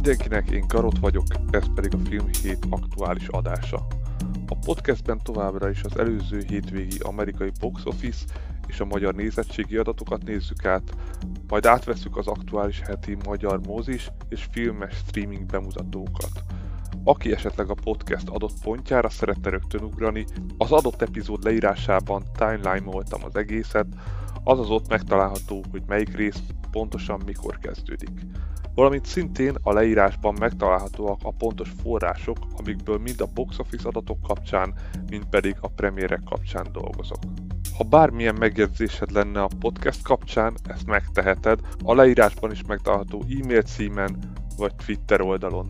mindenkinek, én Garot vagyok, ez pedig a Film Hét aktuális adása. A podcastben továbbra is az előző hétvégi amerikai box office és a magyar nézettségi adatokat nézzük át, majd átvesszük az aktuális heti magyar mozis és filmes streaming bemutatókat. Aki esetleg a podcast adott pontjára szeretne rögtön ugrani, az adott epizód leírásában timeline-oltam az egészet, azaz ott megtalálható, hogy melyik rész pontosan mikor kezdődik. Valamint szintén a leírásban megtalálhatóak a pontos források, amikből mind a box office adatok kapcsán, mind pedig a premierek kapcsán dolgozok. Ha bármilyen megjegyzésed lenne a podcast kapcsán, ezt megteheted a leírásban is megtalálható e-mail címen vagy Twitter oldalon.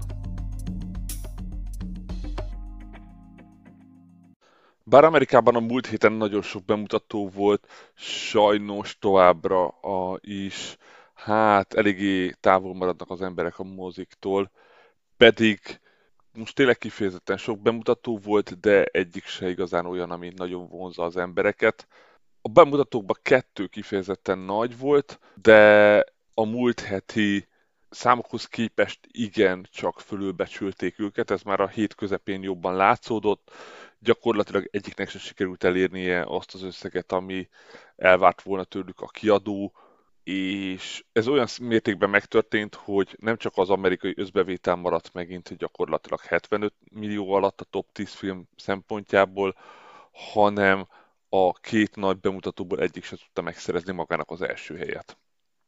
Bár Amerikában a múlt héten nagyon sok bemutató volt, sajnos továbbra is eléggé távol maradnak az emberek a moziktól, pedig most tényleg kifejezetten sok bemutató volt, de egyik se igazán olyan, ami nagyon vonzza az embereket. A bemutatókban 2 kifejezetten nagy volt, de a múlt heti számokhoz képest igen csak fölülbecsülték őket, ez már a hét közepén jobban látszódott. Gyakorlatilag egyiknek sem sikerült elérnie azt az összeget, ami elvárt volna tőlük a kiadó, és ez olyan mértékben megtörtént, hogy nem csak az amerikai összbevétel maradt megint gyakorlatilag 75 millió alatt a top 10 film szempontjából, hanem a 2 nagy bemutatóból egyik sem tudta megszerezni magának az első helyet.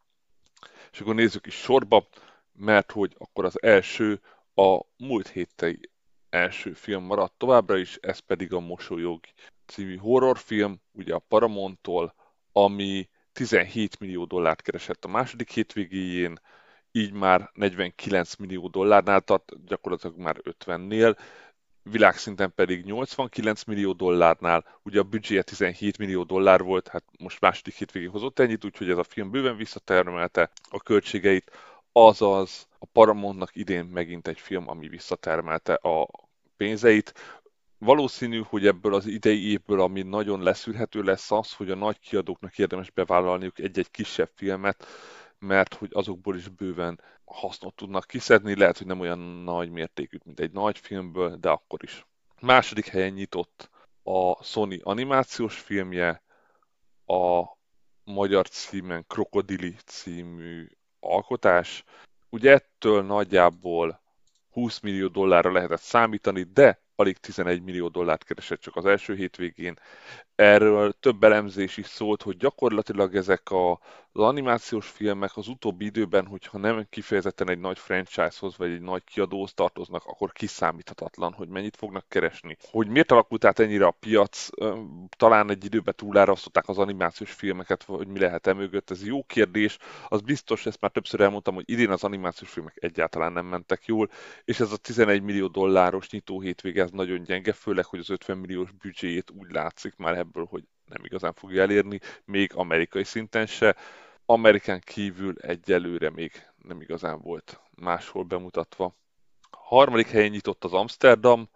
És akkor nézzük is sorba, mert hogy akkor az első a múlt héten első film maradt továbbra is, ez pedig a Mosolyog című horrorfilm, ugye a Paramount-tól, ami 17 millió dollárt keresett a második hétvégéjén, így már 49 millió dollárnál tart, gyakorlatilag már 50-nél, világszinten pedig 89 millió dollárnál, ugye a büdzséje 17 millió dollár volt, hát most második hétvégén hozott ennyit, úgyhogy ez a film bőven visszatermelte a költségeit, azaz a Paramountnak idén megint egy film, ami visszatermelte a pénzeit. Valószínű, hogy ebből az idei évből, ami nagyon leszűrhető lesz az, hogy a nagy kiadóknak érdemes bevállalniuk egy-egy kisebb filmet, mert hogy azokból is bőven hasznot tudnak kiszedni, lehet, hogy nem olyan nagy mértékű, mint egy nagy filmből, de akkor is. Második helyen nyitott a Sony animációs filmje, a magyar címen Krokodili című alkotás. Ugye ettől nagyjából 20 millió dollárra lehetett számítani, de alig 11 millió dollárt keresett csak az első hétvégén. Erről több elemzés is szólt, hogy gyakorlatilag ezek az animációs filmek az utóbbi időben, hogyha nem kifejezetten egy nagy franchise-hoz vagy egy nagy kiadóhoz tartoznak, akkor kiszámíthatatlan, hogy mennyit fognak keresni. Hogy miért alakult át ennyire a piac, talán egy időben túlárasztották az animációs filmeket, hogy mi lehet mögött, ez jó kérdés. Az biztos, ezt már többször elmondtam, hogy idén az animációs filmek egyáltalán nem mentek jól, és ez a 11 millió dolláros nyitó hétvége ez nagyon gyenge, főleg, hogy az 50 milliós büdzséjét úgy látszik már ebből, hogy nem igazán fogja elérni, még amerikai szinten se. Amerikán kívül egyelőre még nem igazán volt máshol bemutatva. Harmadik helyen nyitott az Amsterdam,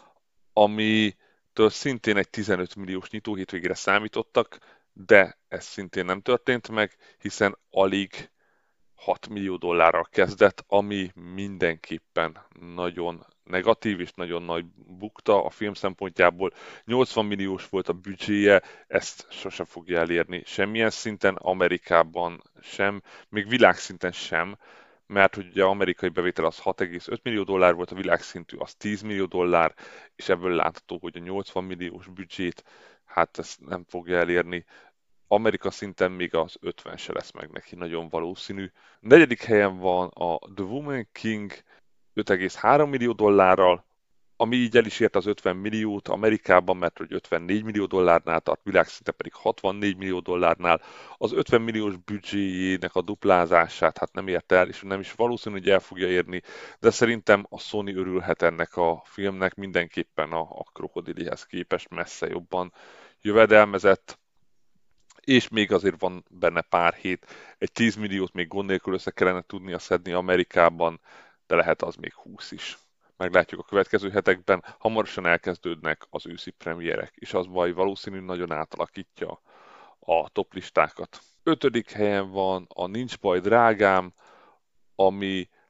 amitől szintén egy 15 milliós nyitó hétvégére számítottak, de ez szintén nem történt meg, hiszen alig 6 millió dollárral kezdett, ami mindenképpen nagyon negatív és nagyon nagy bukta a film szempontjából. 80 milliós volt a büdzséje, ezt sosem fogja elérni semmilyen szinten, Amerikában sem, még világszinten sem, mert hogy ugye amerikai bevétel az 6,5 millió dollár volt, a világszintű az 10 millió dollár, és ebből látható, hogy a 80 milliós büdzsét, hát ezt nem fogja elérni. Amerika szinten még az 50 se lesz meg neki, nagyon valószínű. A negyedik helyen van a The Woman King 5,3 millió dollárral, ami így el is ért az 50 milliót Amerikában, mert hogy 54 millió dollárnál tart, világszinten pedig 64 millió dollárnál. Az 50 milliós büdzséjének a duplázását hát nem ért el, és nem is valószínű, hogy el fogja érni, de szerintem a Sony örülhet ennek a filmnek, mindenképpen a Krokodilihez képest messze jobban jövedelmezett, és még azért van benne pár hét, egy 10 milliót még gond nélkül össze kellene tudnia szedni Amerikában, de lehet az még 20 is. Meglátjuk a következő hetekben, hamarosan elkezdődnek az őszi premierek, és az baj valószínű nagyon átalakítja a toplistákat. Ötödik helyen van a Nincs baj drágám, ami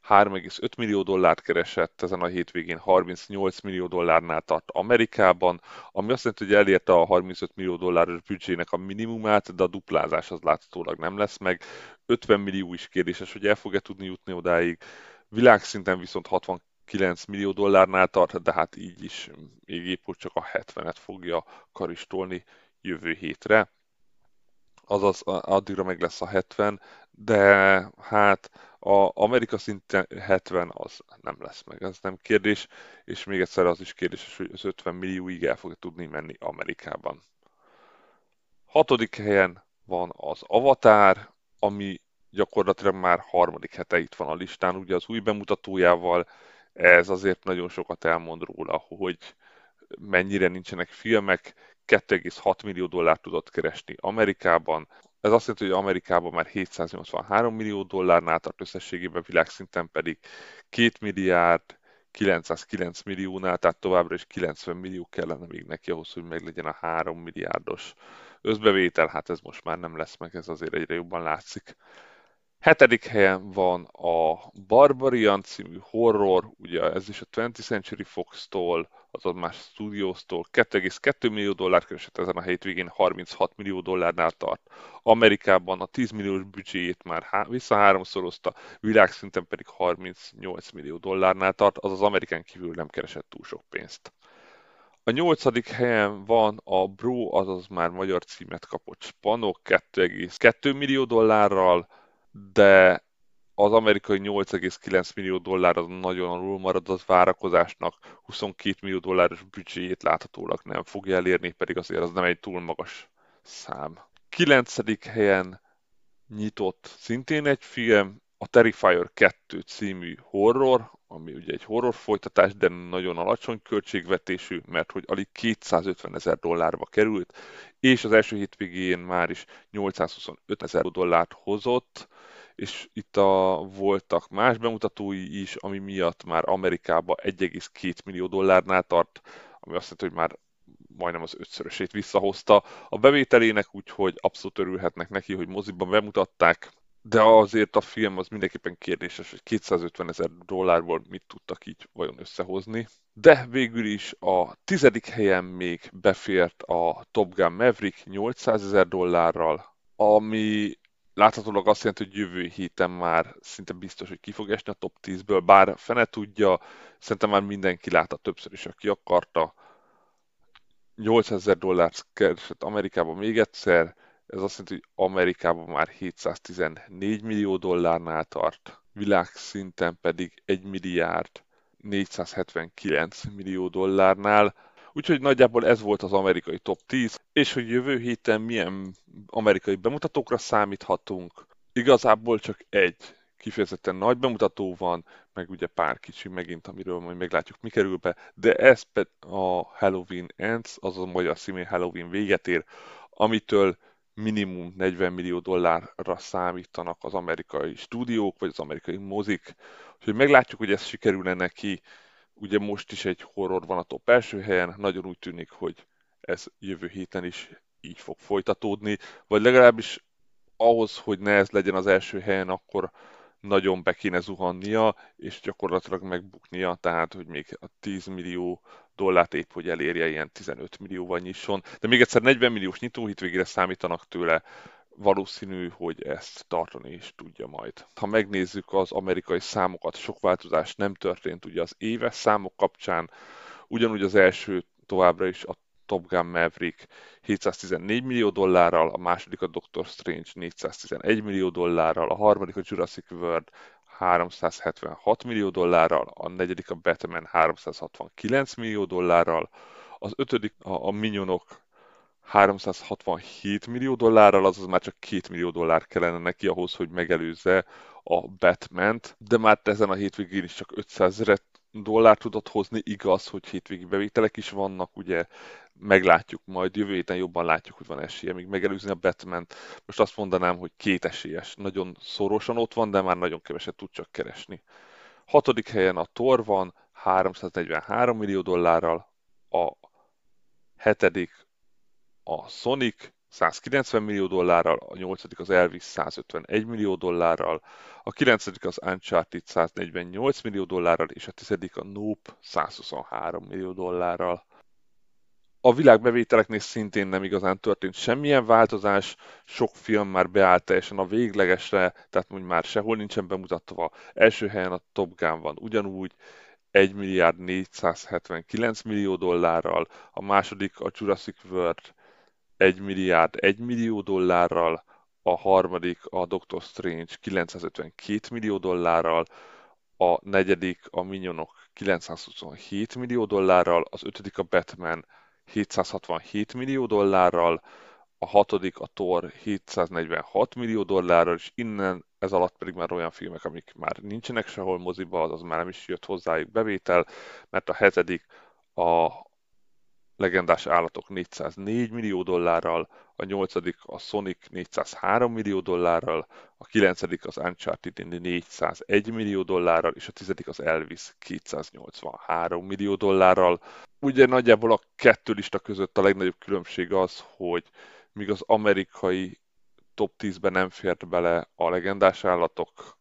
3,5 millió dollárt keresett, ezen a hétvégén 38 millió dollárnál tart Amerikában, ami azt jelenti, hogy elérte a 35 millió dolláros büdzsének a minimumát, de a duplázás az láthatólag nem lesz meg. 50 millió is kérdéses, hogy el fog-e tudni jutni odáig. Világszinten viszont 69 millió dollárnál tart, de hát így is még épp hogy csak a 70-et fogja karistolni jövő hétre, azaz addigra meg lesz a 70, de hát a Amerika szinten 70 az nem lesz meg, ez nem kérdés, és még egyszer az is kérdés, hogy az 50 millióig el fog tudni menni Amerikában. Hatodik helyen van az Avatar, ami gyakorlatilag már harmadik hete itt van a listán, ugye az új bemutatójával, ez azért nagyon sokat elmond róla, hogy mennyire nincsenek filmek, 2,6 millió dollárt tudott keresni Amerikában. Ez azt jelenti, hogy Amerikában már 783 millió dollárnál tart összességében, világszinten pedig 2 milliárd 909 milliónál, tehát továbbra is 90 millió kellene még neki ahhoz, hogy meglegyen a 3 milliárdos összbevétel. Hát ez most már nem lesz meg, ez azért egyre jobban látszik. Hetedik helyen van a Barbarian című horror, ugye ez is a 20th Century Fox-tól, azaz más Studios-tól 2,2 millió dollár keresett ezen a hétvégén, 36 millió dollárnál tart. Amerikában a 10 milliós büdzséjét már visszaháromszorozta, világszinten pedig 38 millió dollárnál tart, azaz Amerikán kívül nem keresett túl sok pénzt. A nyolcadik helyen van a Bro, azaz már magyar címet kapott Spanok 2,2 millió dollárral, de az amerikai 8,9 millió dollár az nagyon alul marad az várakozásnak, 22 millió dolláros büdzséjét láthatólag nem fogja elérni, pedig azért az nem egy túl magas szám. Kilencedik helyen nyitott szintén egy film, a Terrifier 2 című horror, ami ugye egy horror folytatás, de nagyon alacsony költségvetésű, mert hogy alig 250 ezer dollárba került, és az első hétvégén már is 825 ezer dollárt hozott, és itt voltak más bemutatói is, ami miatt már Amerikába 1,2 millió dollárnál tart, ami azt jelenti, hogy már majdnem az ötszörösét visszahozta a bevételének, úgyhogy abszolút örülhetnek neki, hogy moziban bemutatták, de azért a film az mindenképpen kérdéses, hogy 250 ezer dollárból mit tudtak így vajon összehozni. De végül is a tizedik helyen még befért a Top Gun Maverick 800 ezer dollárral, ami láthatólag azt jelenti, hogy jövő héten már szinte biztos, hogy ki fog esni a top 10-ből, bár fene tudja, szerintem már mindenki látta többször is, aki akarta. 800 ezer dollárt keresett Amerikában még egyszer, ez azt jelenti, hogy Amerikában már 714 millió dollárnál tart, világszinten pedig 1 milliárd 479 millió dollárnál. Úgyhogy nagyjából ez volt az amerikai top 10, és hogy jövő héten milyen amerikai bemutatókra számíthatunk. Igazából csak egy kifejezetten nagy bemutató van, meg ugye pár kicsi megint, amiről majd meglátjuk, mi kerül be, de ez a Halloween Ends, azaz a magyar címén Halloween véget ér, amitől minimum 40 millió dollárra számítanak az amerikai stúdiók, vagy az amerikai mozik. Úgyhogy meglátjuk, hogy ez sikerül-e neki. Ugye most is egy horror van a top első helyen, nagyon úgy tűnik, hogy ez jövő héten is így fog folytatódni, vagy legalábbis ahhoz, hogy ne ez legyen az első helyen, akkor nagyon be kéne zuhannia, és gyakorlatilag megbuknia, tehát hogy még a 10 millió dollárt épp hogy elérje, ilyen 15 millióval nyisson. De még egyszer 40 milliós nyitóhétvégére számítanak tőle, valószínű, hogy ezt tartani is tudja majd. Ha megnézzük az amerikai számokat, sok változás nem történt ugye az éves számok kapcsán, ugyanúgy az első továbbra is a Top Gun Maverick 714 millió dollárral, a második a Doctor Strange 411 millió dollárral, a harmadik a Jurassic World 376 millió dollárral, a negyedik a Batman 369 millió dollárral, az ötödik a Minionok 367 millió dollárral, azaz már csak 2 millió dollár kellene neki ahhoz, hogy megelőzze a Batman-t, de már ezen a hétvégén is csak 500 ezer dollárt tudott hozni, igaz, hogy hétvégi bevételek is vannak, ugye meglátjuk majd, jövő héten jobban látjuk, hogy van esélye még megelőzni a Batman-t. Most azt mondanám, hogy két esélyes, nagyon szorosan ott van, de már nagyon keveset tud csak keresni. Hatodik helyen a Thor van, 343 millió dollárral, a hetedik a Sonic 190 millió dollárral, a 8. az Elvis 151 millió dollárral, a 9. az Uncharted 148 millió dollárral, és a 10. a Nope 123 millió dollárral. A világbevételeknél szintén nem igazán történt semmilyen változás, sok film már beállt teljesen a véglegesre, tehát úgy már sehol nincsen bemutatva. Első helyen a Top Gun van ugyanúgy, 1 milliárd 479 millió dollárral, a második a Jurassic World 1 milliárd 1 millió dollárral, a harmadik a Doctor Strange 952 millió dollárral, a negyedik a Minionok 927 millió dollárral, az ötödik a Batman 767 millió dollárral, a hatodik a Thor 746 millió dollárral, és innen ez alatt pedig már olyan filmek, amik már nincsenek sehol moziba, azaz már nem is jött hozzájuk bevétel, mert a hetedik a Legendás állatok 404 millió dollárral, a nyolcadik a Sonic 403 millió dollárral, a kilencedik az Uncharted 401 millió dollárral, és a tizedik az Elvis 283 millió dollárral. Ugye nagyjából a kettő lista között a legnagyobb különbség az, hogy míg az amerikai top 10-ben nem fért bele a legendás állatok,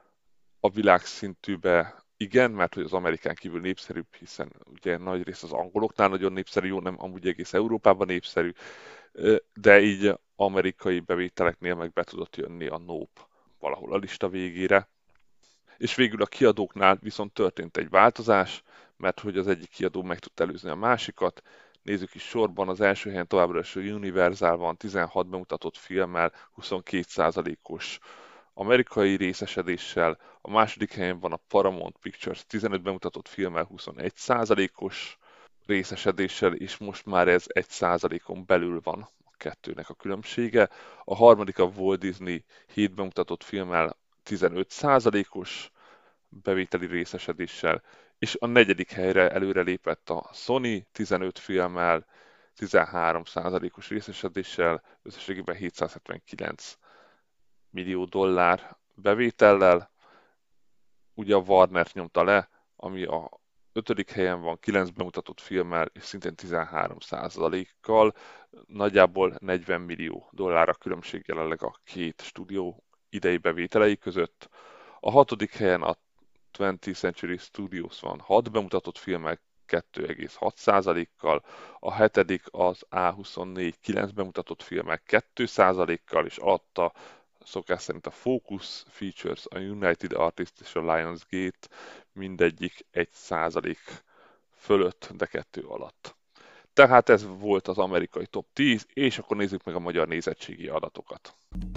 a világszintűbe igen, mert hogy az Amerikán kívül népszerűbb, hiszen ugye nagy rész az angoloknál nagyon népszerű, jó, nem amúgy egész Európában népszerű, de így amerikai bevételeknél meg be tudott jönni a Nope valahol a lista végére. És végül a kiadóknál viszont történt egy változás, mert hogy az egyik kiadó meg tudta előzni a másikat. Nézzük is sorban, az első helyen továbbra is a Universal van 16 bemutatott filmmel, 22%-os amerikai részesedéssel, a második helyen van a Paramount Pictures 15 bemutatott filmmel 21%-os részesedéssel, és most már ez 1%-on belül van a kettőnek a különbsége. A harmadik a Walt Disney 7 bemutatott filmmel 15%-os bevételi részesedéssel, és a negyedik helyre előre lépett a Sony 15 filmmel, 13%-os részesedéssel, összességében 779 millió dollár bevétellel. Ugye a Warner nyomta le, ami a ötödik helyen van 9 bemutatott filmmel, és szintén 13%-kal, nagyjából 40 millió dollár a különbség jelenleg a két stúdió idei bevételei között. A hatodik helyen a 20th Century Studios van 6 bemutatott filmmel, 2,6%-kal, a hetedik az A24 9 bemutatott filmmel 2%-kal, és alatta szokás szerint a Focus Features, a United Artists és a Lionsgate mindegyik 1% fölött, de 2 alatt. Tehát ez volt az amerikai top 10, és akkor nézzük meg a magyar nézettségi adatokat.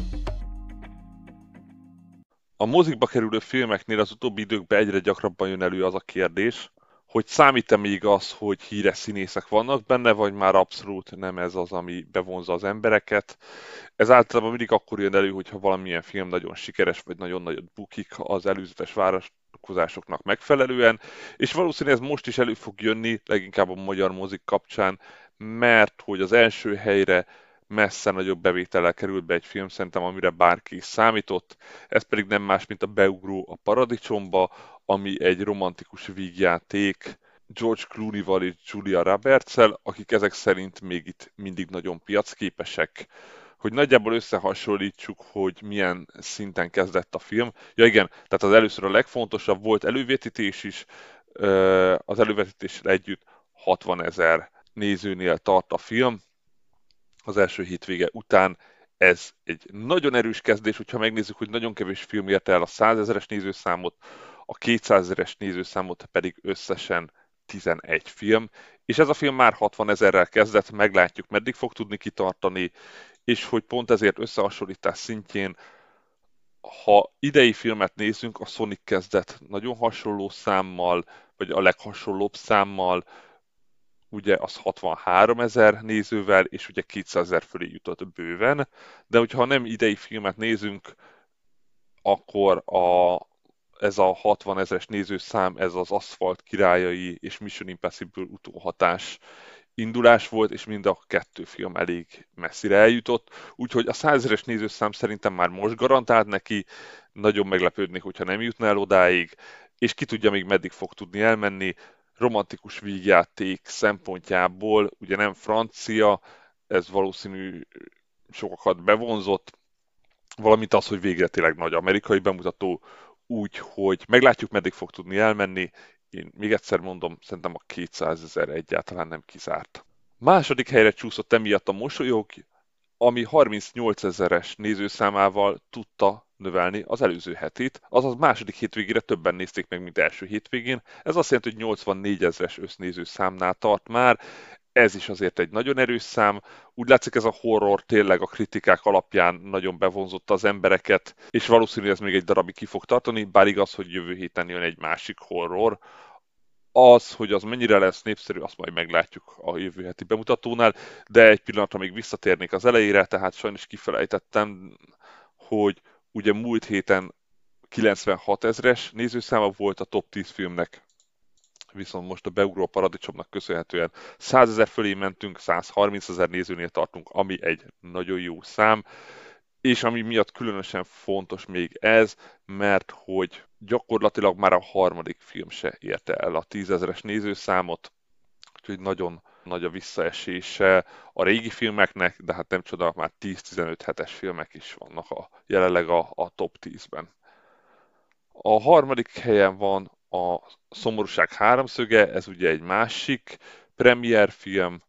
A mozikba kerülő filmeknél az utóbbi időkben egyre gyakrabban jön elő az a kérdés, hogy számít-e még az, hogy híres színészek vannak benne, vagy már abszolút nem ez az, ami bevonza az embereket. Ez általában mindig akkor jön elő, hogyha valamilyen film nagyon sikeres, vagy nagyon nagyot bukik az előzetes várakozásoknak megfelelően, és valószínűleg ez most is elő fog jönni, leginkább a magyar mozik kapcsán, mert hogy az első helyre messze nagyobb bevétellel került be egy film, szerintem amire bárki is számított, ez pedig nem más, mint a Beugró a Paradicsomba, ami egy romantikus vígjáték George Clooney-val és Julia Roberts-el, akik ezek szerint még itt mindig nagyon piacképesek. Hogy nagyjából összehasonlítsuk, hogy milyen szinten kezdett a film. Ja igen, tehát az először a legfontosabb volt elővetítés is, az elővetítéssel együtt 60 000 nézőnél tart a film az első hétvége után. Ez egy nagyon erős kezdés, hogyha megnézzük, hogy nagyon kevés film érte el a 100 000-es nézőszámot, a 200 000-es nézőszámot pedig összesen 11 film, és ez a film már 60 000-rel kezdett, meglátjuk meddig fog tudni kitartani, és hogy pont ezért összehasonlítás szintjén, ha idei filmet nézzünk, a Sonic kezdett nagyon hasonló számmal, vagy a leghasonlóbb számmal, ugye az 63 000 nézővel, és ugye 200 000 fölé jutott bőven, de hogyha nem idei filmet nézünk, akkor ez a 60 000-es nézőszám, ez az Aszfalt királyai és Mission Impossible utóhatás indulás volt, és mind a kettő film elég messzire eljutott, úgyhogy a 100 000-es nézőszám szerintem már most garantált neki, nagyon meglepődnék, hogyha nem jutna el odáig, és ki tudja még meddig fog tudni elmenni, romantikus vígjáték szempontjából, ugye nem francia, ez valószínű sokakat bevonzott, valamint az, hogy végre tényleg nagy amerikai bemutató, úgy, hogy meglátjuk, meddig fog tudni elmenni. Én még egyszer mondom, szerintem a 200 000 egyáltalán nem kizárt. Második helyre csúszott emiatt a Mosolyog, ami 38 000-es nézőszámával tudta növelni az előző hetit, azaz második hétvégére többen nézték meg, mint első hétvégén. Ez azt jelenti, hogy 84 000-es össznéző számnál tart már. Ez is azért egy nagyon erős szám. Úgy látszik, ez a horror tényleg a kritikák alapján nagyon bevonzotta az embereket, és valószínűleg ez még egy darabig ki fog tartani, bár igaz, hogy jövő héten jön egy másik horror. Az, hogy az mennyire lesz népszerű, azt majd meglátjuk a jövő heti bemutatónál, de egy pillanatra még visszatérnék az elejére, tehát sajnos kifelejtettem, hogy ugye múlt héten 96 000-es nézőszáma volt a top 10 filmnek, viszont most a Beugró Paradicsomnak köszönhetően 100 000 fölé mentünk, 130 000 nézőnél tartunk, ami egy nagyon jó szám, és ami miatt különösen fontos még ez, mert hogy gyakorlatilag már a harmadik film se érte el a 10 000-es nézőszámot, úgyhogy nagyon nagy a visszaesése a régi filmeknek, de hát nem csoda, már 10-15 hetes filmek is vannak jelenleg a top 10-ben. A harmadik helyen van a Szomorúság háromszöge, ez ugye egy másik premier film,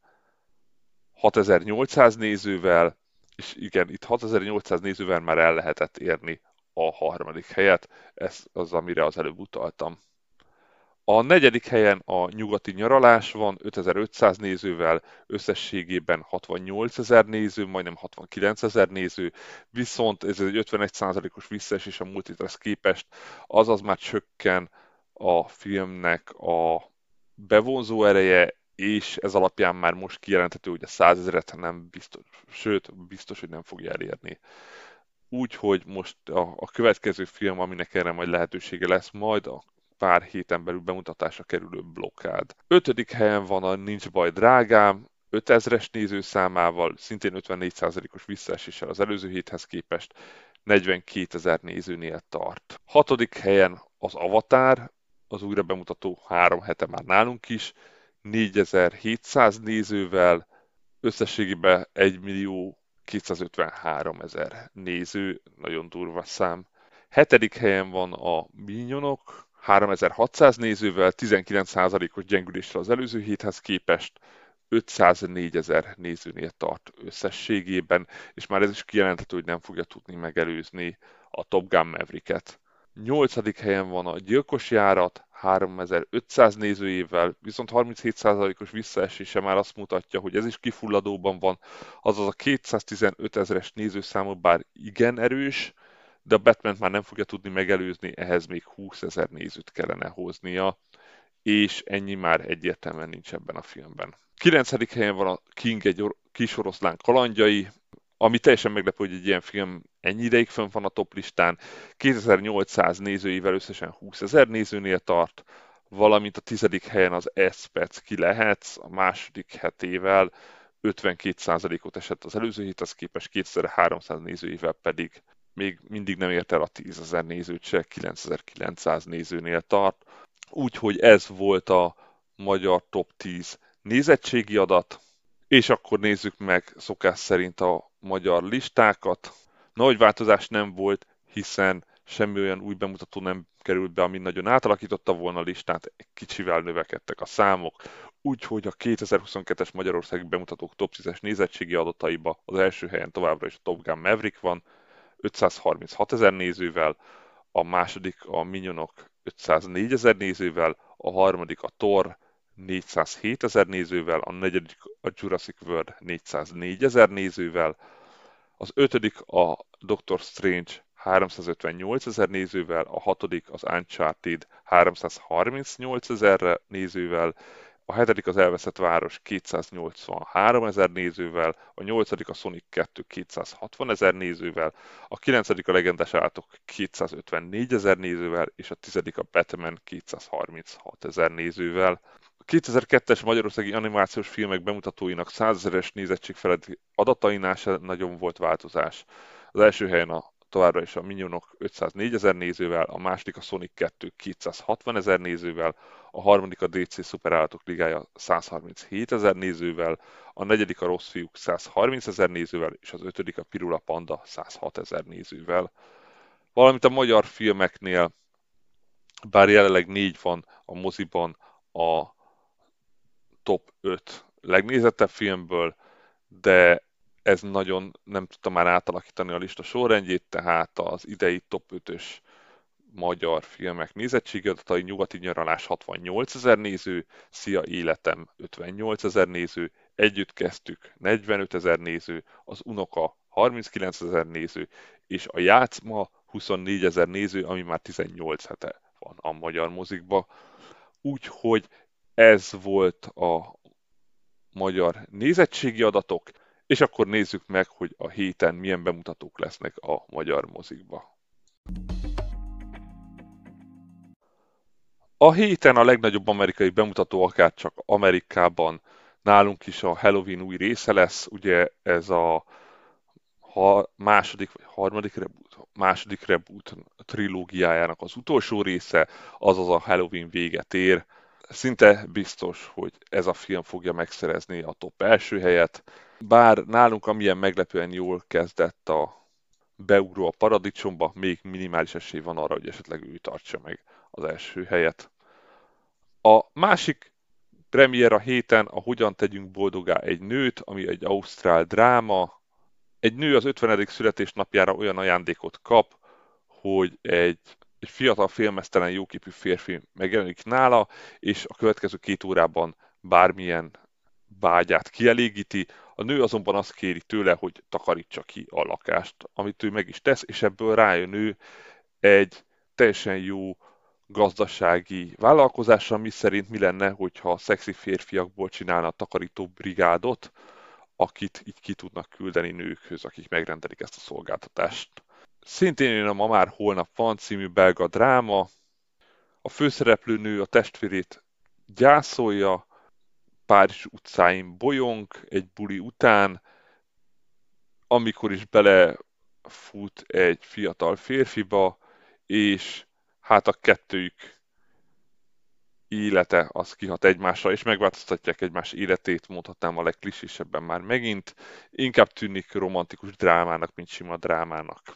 6800 nézővel, és igen, itt 6800 nézővel már el lehetett érni a harmadik helyet, ez az, amire az előbb utaltam. A negyedik helyen a Nyugati nyaralás van 5500 nézővel, összességében 68 000 néző, majdnem 69 000 néző, viszont ez egy 51%-os visszaesés a multitrasz képest, azaz már csökken a filmnek a bevonzó ereje, és ez alapján már most kijelenthető, hogy a 100 000-et nem biztos, sőt, biztos, hogy nem fogja elérni. Úgyhogy most a következő film, aminek erre majd lehetősége lesz, majd a pár héten belül bemutatásra kerülő Blokkád. Ötödik helyen van a Nincs baj drágám, 5000-es nézőszámával, szintén 54%-os visszaeséssel az előző héthez képest, 42 000 nézőnél tart. Hatodik helyen az Avatar, az újra bemutató 3 hete már nálunk is, 4700 nézővel, összességében 1.253.000 néző, nagyon durva szám. Hetedik helyen van a Minyonok, 3600 nézővel, 19%-os gyengülésre az előző héthez képest, 504 000 nézőnél tart összességében, és már ez is kijelenthető, hogy nem fogja tudni megelőzni a Top Gun Mavericket. Nyolcadik helyen van a Gyilkos járat, 3500 nézőjével, viszont 37%-os visszaesése már azt mutatja, hogy ez is kifulladóban van, azaz a 215 000-es nézőszámú bár igen erős, de a Batman már nem fogja tudni megelőzni, ehhez még 20 000 nézőt kellene hoznia, és ennyi már egyértelműen nincs ebben a filmben. 9. helyen van a King egy kis oroszlán kalandjai, ami teljesen meglepő, hogy egy ilyen film ennyi ideig fönn van a top listán. 2800 nézőivel összesen 20 000 nézőnél tart, valamint a 10. helyen az Espec ki lehetsz, a második hetével 52%-ot esett az előző héthez képest, 2300 nézőivel pedig még mindig nem ért el a 10 000 nézőt se, 9900 nézőnél tart. Úgyhogy ez volt a magyar top 10 nézettségi adat, és akkor nézzük meg szokás szerint a magyar listákat. Nagy változás nem volt, hiszen semmi olyan új bemutató nem került be, ami nagyon átalakította volna a listát, egy kicsivel növekedtek a számok, úgyhogy a 2022-es Magyarországi bemutatók top 10-es nézettségi adataiba az első helyen továbbra is a Top Gun Maverick van, 536 000 nézővel, a második a Minyonok 504 000 nézővel, a harmadik a Thor 407 000 nézővel, a negyedik a Jurassic World 404 000 nézővel, az ötödik a Doctor Strange 358 000 nézővel, a hatodik az Uncharted 338 000 nézővel, a hetedik az Elveszett Város 283 000 nézővel, a nyolcadik a Sonic 2 260 000 nézővel, a kilencedik a Legendás Állatok 254 000 nézővel, és a tizedik a Batman 236 000 nézővel. A 2002-es magyarországi animációs filmek bemutatóinak 100 000-es nézettség feletti adatainál sem nagyon volt változás. Az első helyen a továbbra is a Minionok 504 ezer nézővel, a második a Sonic 2 260 ezer nézővel, a harmadik a DC Szuperállatok Ligája 137 ezer nézővel, a negyedik a Rossz Fiúk 130 ezer nézővel, és az ötödik a Pirula Panda 106 ezer nézővel. Valamint a magyar filmeknél, bár jelenleg 4 van a moziban a top 5 legnézettebb filmből, de ez nagyon nem tudta már átalakítani a lista sorrendjét, tehát az idei top 5-ös magyar filmek nézettségi adatai: Nyugati nyaralás 68 ezer néző, Szia életem 58 ezer néző, Együtt kezdtük 45 ezer néző, Az unoka 39 ezer néző, és a Játszma 24 ezer néző, ami már 18 hete van a magyar mozikba. Úgyhogy ez volt a magyar nézettségi adatok, és akkor nézzük meg, hogy a héten milyen bemutatók lesznek a magyar mozikba. A héten a legnagyobb amerikai bemutató, akár csak Amerikában, nálunk is a Halloween új része lesz, ugye ez a második vagy második reboot trilógiájának az utolsó része, azaz a Halloween véget ér. Szinte biztos, hogy ez a film fogja megszerezni a top első helyet, bár nálunk amilyen meglepően jól kezdett a beugró a paradicsomba, még minimális esély van arra, hogy esetleg ő tartsa meg az első helyet. A másik premier a héten a Hogyan tegyünk boldogá egy nőt, ami egy ausztrál dráma. Egy nő az 50. születésnapjára olyan ajándékot kap, hogy egy fiatal félmeztelen jóképű férfi megjelenik nála, és a következő 2 órában bármilyen vágyát kielégíti. A nő azonban azt kéri tőle, hogy takarítsa ki a lakást, amit ő meg is tesz, és ebből rájön ő egy teljesen jó gazdasági vállalkozásra, mi szerint mi lenne, hogyha szexi férfiakból csinálna a takarító brigádot, akit így ki tudnak küldeni nőkhöz, akik megrendelik ezt a szolgáltatást. Szintén jön a Ma már holnap van című belga dráma. A főszereplő nő a testvérét gyászolja, Párizs utcáin bolyong egy buli után, amikor is belefut egy fiatal férfiba, és hát a kettőjük élete az kihat egymásra, és megváltoztatják egymás életét, mondhatnám a legklisésebben már megint. Inkább tűnik romantikus drámának, mint sima drámának.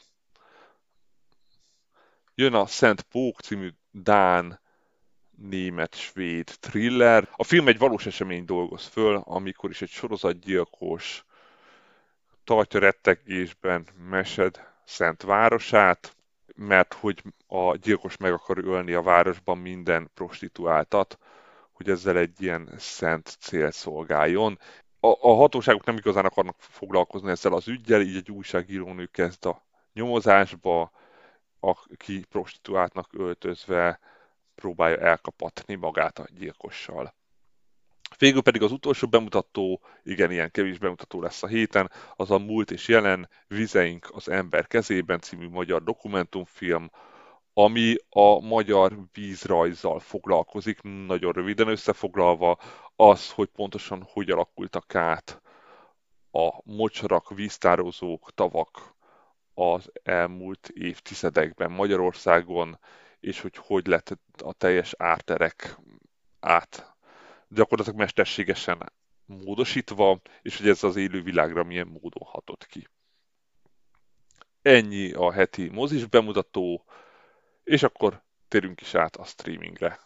Jön a Szent Pók című dán, német-svéd thriller. A film egy valós esemény dolgoz föl, amikor is egy sorozatgyilkos tartja rettegésben Mesed szent városát, mert hogy a gyilkos meg akar ölni a városban minden prostituáltat, hogy ezzel egy ilyen szent cél szolgáljon. A hatóságok nem igazán akarnak foglalkozni ezzel az üggyel, így egy újságírónő kezd a nyomozásba, aki prostituáltnak öltözve próbálja elkapatni magát a gyilkossal. Végül pedig az utolsó bemutató, igen, ilyen kevés bemutató lesz a héten, az a Múlt és jelen, Vizeink az ember kezében című magyar dokumentumfilm, ami a magyar vízrajzzal foglalkozik, nagyon röviden összefoglalva, az, hogy pontosan hogy alakultak át a mocsarak, víztározók, tavak az elmúlt évtizedekben Magyarországon, és hogy lett a teljes árterek át gyakorlatilag mesterségesen módosítva, és hogy ez az élő világra milyen módon hatott ki. Ennyi a heti mozis bemutató, és akkor térünk is át a streamingre.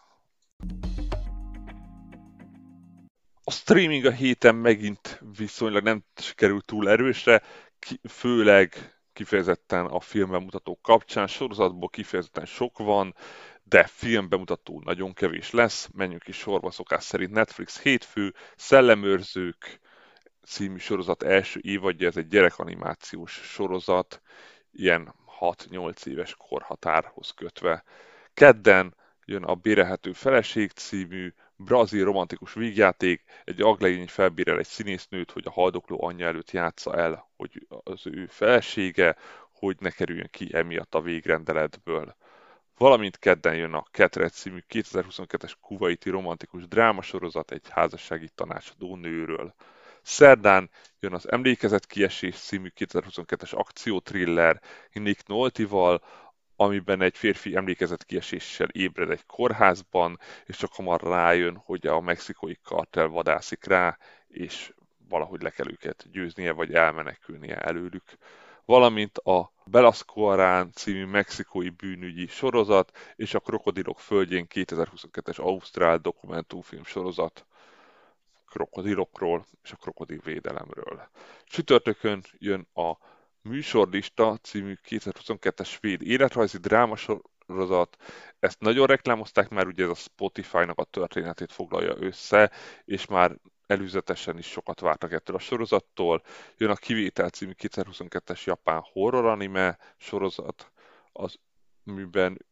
A streaming a héten megint viszonylag nem sikerült túl erősre, főleg kifejezetten a filmbemutatók kapcsán, sorozatból kifejezetten sok van, de filmbemutató nagyon kevés lesz. Menjünk is sorba szokás szerint. Netflix hétfő, Szellemőrzők című sorozat első évadja, ez egy gyerekanimációs sorozat, ilyen 6-8 éves korhatárhoz kötve. Kedden jön a Bérelhető feleség című brazil romantikus vígjáték, egy aglegény felbérel egy színésznőt, hogy a haldokló anyja előtt játsza el, hogy az ő felesége, hogy ne kerüljön ki emiatt a végrendeletből. Valamint kedden jön a Ketrecz című 2022-es kuvaiti romantikus drámasorozat egy házassági tanácsadó nőről. Szerdán jön az Emlékezetkiesés című 2022-es akciótriller Nick Noltival, amiben egy férfi emlékezetkieséssel ébred egy kórházban, és csak hamar rájön, hogy a mexikói kartel vadászik rá, és valahogy le kell őket győznie, vagy elmenekülnie előlük. Valamint a Belascoarán című mexikói bűnügyi sorozat és a Krokodilok földjén 2022-es ausztrál dokumentumfilm sorozat krokodilokról és a krokodilvédelemről. Csütörtökön jön a Műsorlista című 2022-es svéd életrajzi drámasorozat. Ezt nagyon reklámozták, mert ugye ez a Spotify-nak a történetét foglalja össze, és már előzetesen is sokat vártak ettől a sorozattól. Jön a Kivétel című 2022-es japán horror anime sorozat, az amiben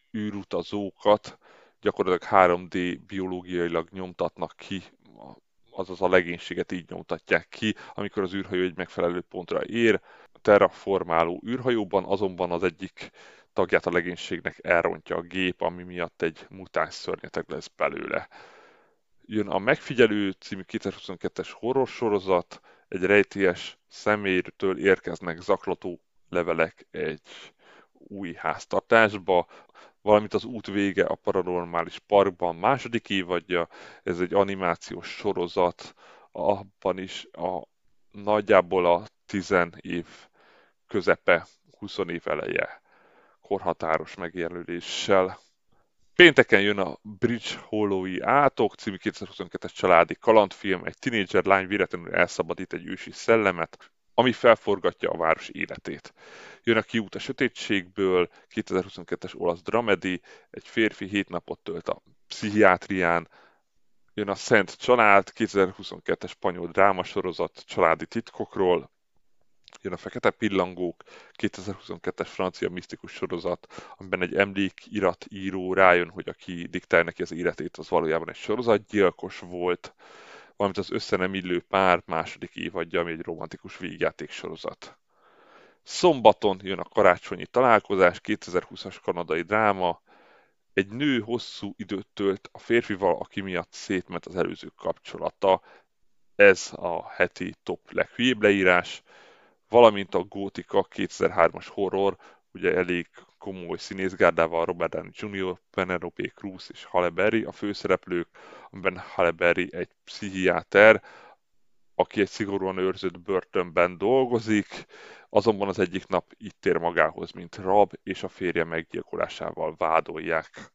űrutazókat gyakorlatilag 3D biológiailag nyomtatnak ki, azaz a legénységet így nyomtatják ki, amikor az űrhajó egy megfelelő pontra ér. A terraformáló űrhajóban azonban az egyik tagját a legénységnek elrontja a gép, ami miatt egy mutáns szörnyeteg lesz belőle. Jön a Megfigyelő című 2022-es horror sorozat, egy rejtélyes személytől érkeznek zaklató levelek egy új háztartásba, valamint az út vége a Paranormális Parkban második évadja, ez egy animációs sorozat, abban is nagyjából a 10 év közepe, 20 év eleje korhatáros megjelöléssel. Pénteken jön a Bridge Holloway Átok című 2022-es családi kalandfilm, egy tinédzser lány véletlenül elszabadít egy ősi szellemet, ami felforgatja a város életét. Jön a Kiút a sötétségből, 2022-es olasz dramedy, egy férfi 7 napot tölt a pszichiátrián. Jön a Szent Család, 2022-es spanyol drámasorozat családi titkokról. Jön a Fekete Pillangók, 2022-es francia misztikus sorozat, amiben egy emlékiratíró rájön, hogy aki diktál neki az életét, az valójában egy sorozatgyilkos volt, valamint az Össze nem illő pár második évadja, ami egy romantikus vígjáték sorozat. Szombaton jön a Karácsonyi Találkozás, 2020-as kanadai dráma, egy nő hosszú időt tölt a férfival, aki miatt szétment az előző kapcsolata. Ez a heti top leghülyébb leírás, valamint a Gótika 2003-as horror, ugye elég komoly színészgárdával, Robert Downey Jr., Penelope Cruz és Halle Berry a főszereplők, amiben Halle Berry egy pszichiáter, aki egy szigorúan őrzött börtönben dolgozik, azonban az egyik nap itt tér magához, mint rab, és a férje meggyilkolásával vádolják.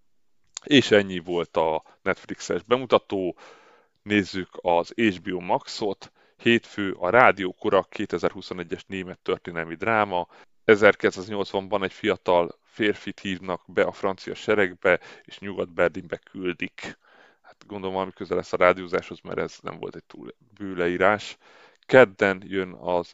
És ennyi volt a Netflixes bemutató. Nézzük az HBO Maxot. Hétfő a Rádiókora 2021-es német történelmi dráma. 1980-ban egy fiatal férfit hívnak be a francia seregbe, és Nyugat-Berlinbe küldik. Hát gondolom, valami közel lesz a rádiózáshoz, mert ez nem volt egy túl bőleírás. Kedden jön az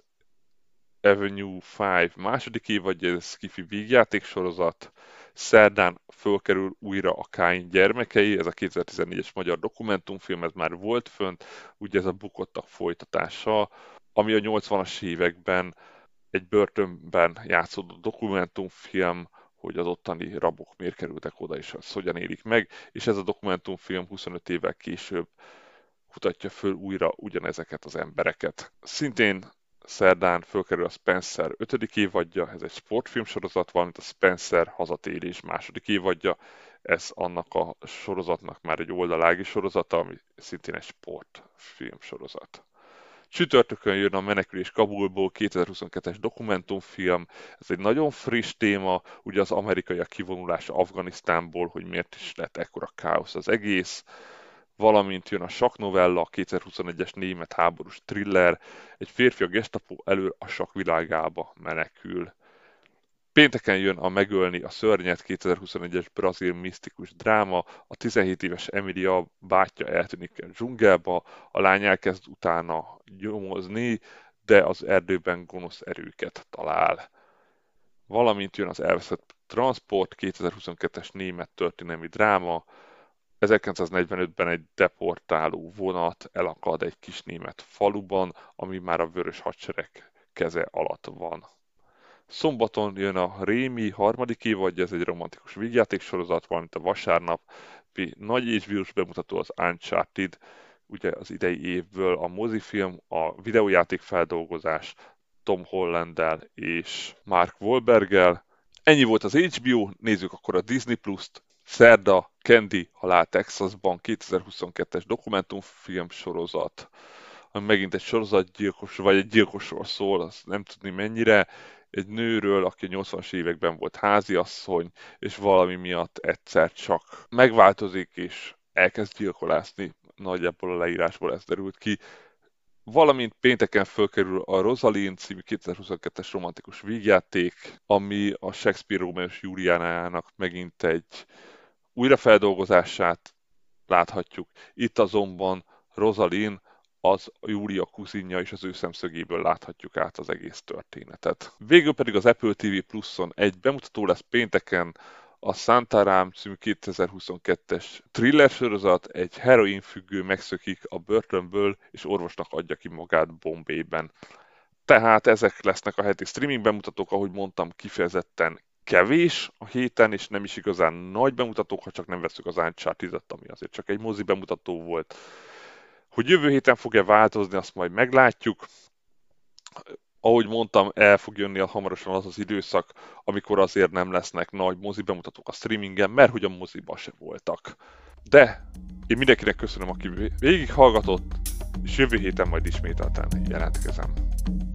Avenue 5 második évadja, ez Skifi vígjáték sorozat. Szerdán fölkerül újra a Káin gyermekei, ez a 2014-es magyar dokumentumfilm, ez már volt fönt, ugye ez a Bukottak folytatása, ami a 80-as években egy börtönben játszódó dokumentumfilm, hogy az ottani rabok miért kerültek oda, és azt hogyan élik meg, és ez a dokumentumfilm 25 évvel később kutatja föl újra ugyanezeket az embereket. Szintén szerdán fölkerül a Spencer 5. évadja, ez egy sportfilmsorozat, valamint a Spencer hazatérés második évadja, ez annak a sorozatnak már egy oldalági sorozata, ami szintén egy sportfilmsorozat. Csütörtökön jön a Menekülés Kabulból 2022-es dokumentumfilm, ez egy nagyon friss téma, ugye az amerikaiak kivonulása Afganisztánból, hogy miért is lett ekkora káosz az egész, valamint jön a Sakknovella, a 2021-es német háborús thriller, egy férfi a gestapo elől a sakk világába menekül. Pénteken jön a Megölni a szörnyet 2021-es brazil misztikus dráma, a 17 éves Emilia bátyja eltűnik a dzsungelba, a lány elkezd utána nyomozni, de az erdőben gonosz erőket talál. Valamint jön az Elveszett Transport 2022-es német történelmi dráma, 1945-ben egy deportáló vonat elakad egy kis német faluban, ami már a Vörös Hadsereg keze alatt van. Szombaton jön a Rémi harmadik évadja, ez egy romantikus vígjáték sorozat, valamint a vasárnapi nagy HBO-s bemutató az Uncharted ugye az idei évből a mozifilm, a videójáték feldolgozás Tom Hollanddel és Mark Wahlberggel. Ennyi volt az HBO, nézzük akkor a Disney Plus-t. Szerda, Candy, Halál Texasban 2022-es dokumentumfilm sorozat, ami megint egy sorozatgyilkos, vagy egy gyilkosról szól, azt nem tudni mennyire. Egy nőről, aki a 80-as években volt háziasszony, és valami miatt egyszer csak megváltozik, és elkezd gyilkolászni. Nagyjából a leírásból ez derült ki. Valamint pénteken fölkerül a Rosalind című 2022-es romantikus vígjáték, ami a Shakespeare Rómeó és Júliánának megint egy újrafeldolgozását láthatjuk. Itt azonban Rosalind az Júlia kuzinja, és az ő szemszögéből láthatjuk át az egész történetet. Végül pedig az Apple TV Pluson egy bemutató lesz pénteken, a Santaram című 2022-es thriller sorozat. Egy heroinfüggő megszökik a börtönből, és orvosnak adja ki magát Bombayben. Tehát ezek lesznek a heti streaming bemutatók, ahogy mondtam, kifejezetten kevés a héten, és nem is igazán nagy bemutatók, ha csak nem veszük az Uncharted-et, ami azért csak egy mozi bemutató volt. Hogy jövő héten fog-e változni, azt majd meglátjuk. Ahogy mondtam, el fog jönni hamarosan az az időszak, amikor azért nem lesznek nagy mozi bemutatók a streamingen, mert hogy a moziba se voltak. De én mindenkinek köszönöm, aki végighallgatott, és jövő héten majd ismételten jelentkezem.